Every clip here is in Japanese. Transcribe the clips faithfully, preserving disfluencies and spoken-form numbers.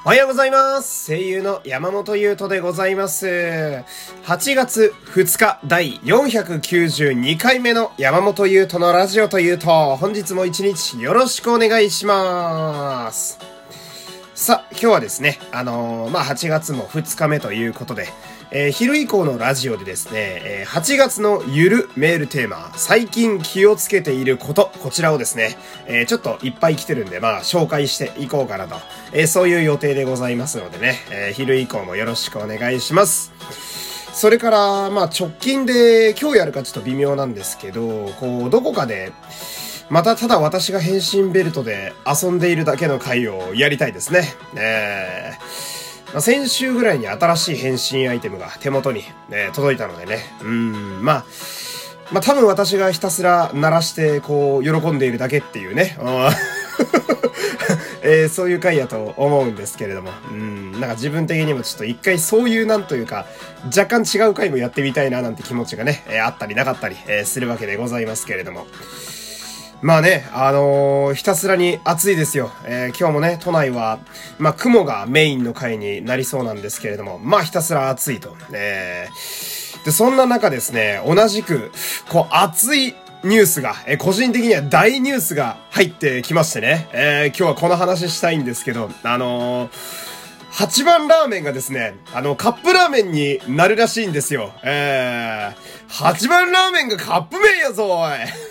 おはようございます。声優の山本優斗でございます。はちがつふつかだいよんひゃくきゅうじゅうにかいめの山本優斗のラジオというと、本日も一日よろしくお願いします。さあ、今日はですね、あのー、まあ、はちがつもふつかめということで、えー、昼以降のラジオでですね、えー、はちがつのゆるメールテーマ、最近気をつけていること、こちらをですね、えー、ちょっといっぱい来てるんで、まあ、紹介していこうかなと、えー、そういう予定でございますのでね、えー、昼以降もよろしくお願いします。それから、まあ、直近で今日やるかちょっと微妙なんですけど、こう、どこかで、またただ私が変身ベルトで遊んでいるだけの回をやりたいですね。えー、まあ、先週ぐらいに新しい変身アイテムが手元に、ね、届いたのでね。うーん、まあ、まあ多分私がひたすら鳴らしてこう喜んでいるだけっていうね。えー、そういう回やと思うんですけれども。うん、なんか自分的にもちょっと一回そういうなんというか若干違う回もやってみたいななんて気持ちがね、えー、あったりなかったり、えー、するわけでございますけれども。まあね、あのー、ひたすらに暑いですよ。えー、今日もね、都内は、まあ雲がメインの回になりそうなんですけれども、まあひたすら暑いと。えー、で、そんな中ですね、同じく、こう、暑いニュースが、えー、個人的には大ニュースが入ってきましてね、えー、今日はこの話したいんですけど、あのー、八番ラーメンがですね、あの、カップラーメンになるらしいんですよ。えー、八番ラーメンがカップ麺やぞ、おい。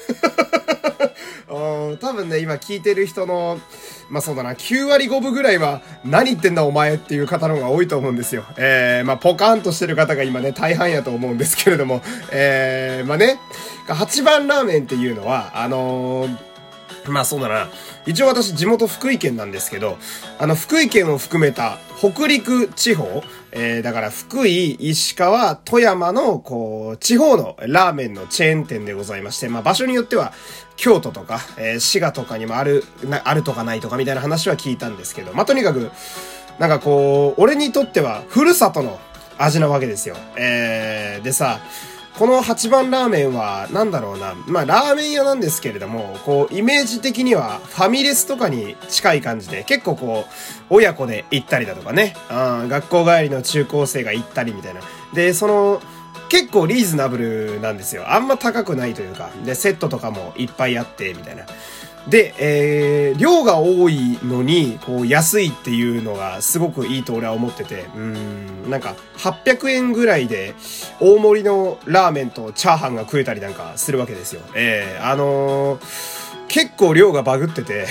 多分ね、今聞いてる人の、まあそうだな、きゅうわりごぶぐらいは、何言ってんだお前っていう方の方が多いと思うんですよ。えー、まあポカーンとしてる方が今ね、大半やと思うんですけれども、えー、まあね、八番ラーメンっていうのは、あのー、まあそうだな。一応私地元福井県なんですけど、あの福井県を含めた北陸地方、えー、だから福井、石川、富山のこう地方のラーメンのチェーン店でございまして、まあ場所によっては京都とか、えー、滋賀とかにもあるな、あるとかないとかみたいな話は聞いたんですけど、まあとにかくなんかこう俺にとってはふるさとの味なわけですよ。えー、でさ。この八番ラーメンは、なんだろうな。まあ、ラーメン屋なんですけれども、こう、イメージ的には、ファミレスとかに近い感じで、結構こう、親子で行ったりだとかね。あ、学校帰りの中高生が行ったりみたいな。で、その、結構リーズナブルなんですよ。あんま高くないというか。で、セットとかもいっぱいあって、みたいな。で、えー、量が多いのに、こう、安いっていうのがすごくいいと俺は思ってて、うーん、なんか、はっぴゃくえんぐらいで、大盛りのラーメンとチャーハンが食えたりなんかするわけですよ。えー、あのー、結構量がバグってて、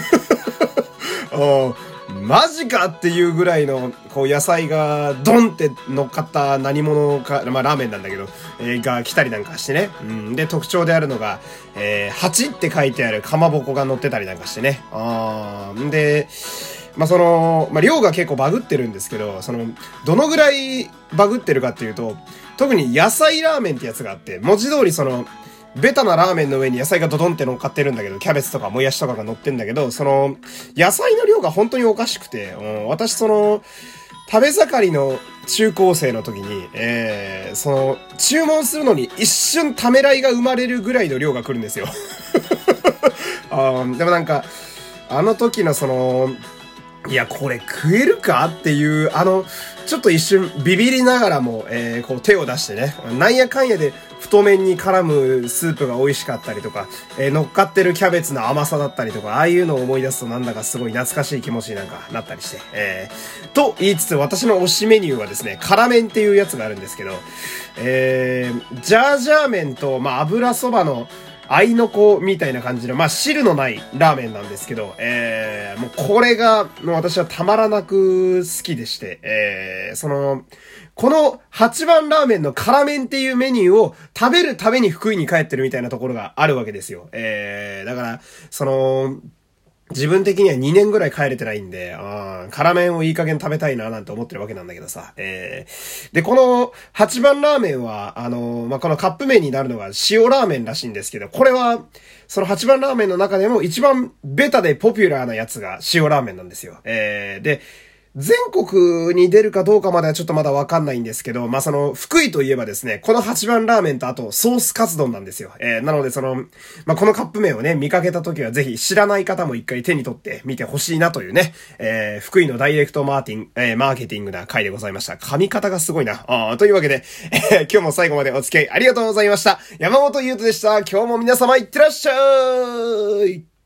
マジかっていうぐらいの、こう、野菜がドンって乗っかった何者か、まあ、ラーメンなんだけど、えー、が来たりなんかしてね。うん。で、特徴であるのが、えー、はちって書いてあるかまぼこが乗ってたりなんかしてね。あー。で、まあ、その、まあ、量が結構バグってるんですけど、その、どのぐらいバグってるかっていうと、特に野菜ラーメンってやつがあって、文字通りその、ベタなラーメンの上に野菜がドドンって乗っかってるんだけど、キャベツとかもやしとかが乗ってんだけど、その、野菜の量が本当におかしくて、うん、私その、食べ盛りの中高生の時に、えー、その、注文するのに一瞬ためらいが生まれるぐらいの量が来るんですよ。あ、でもなんか、あの時のその、いや、これ食えるかっていう、あの、ちょっと一瞬ビビりながらも、えー、こう手を出してね、なんやかんやで太麺に絡むスープが美味しかったりとか、えー、乗っかってるキャベツの甘さだったりとか、ああいうのを思い出すとなんだかすごい懐かしい気持ちになんかなったりして、えー、と言いつつ私の推しメニューはですね、辛麺っていうやつがあるんですけど、えー、ジャージャー麺と、まあ、油そばの、合いの子みたいな感じの、まあ、汁のないラーメンなんですけど、えー、もうこれが、もう私はたまらなく好きでして、えー、その、この八番ラーメンの辛麺っていうメニューを食べるために福井に帰ってるみたいなところがあるわけですよ。えー、だから、その、自分的にはにねんぐらい帰れてないんで、あ辛麺をいい加減食べたいななんて思ってるわけなんだけどさ。えー、で、この八番ラーメンは、あのー、まあ、このカップ麺になるのが塩ラーメンらしいんですけど、これは、その八番ラーメンの中でも一番ベタでポピュラーなやつが塩ラーメンなんですよ。えー、で、 全国に出るかどうかまではちょっとまだわかんないんですけど、まあ、その、福井といえばですね、この八番ラーメンとあとソースカツ丼なんですよ。えー、なのでその、まあ、このカップ麺をね、見かけた時はぜひ知らない方も一回手に取ってみてほしいなというね、えー、福井のダイレクトマーティン、えー、マーケティングな回でございました。噛み方がすごいな。あーというわけで、えー、今日も最後までお付き合いありがとうございました。山本優斗でした。今日も皆様いってらっしゃい。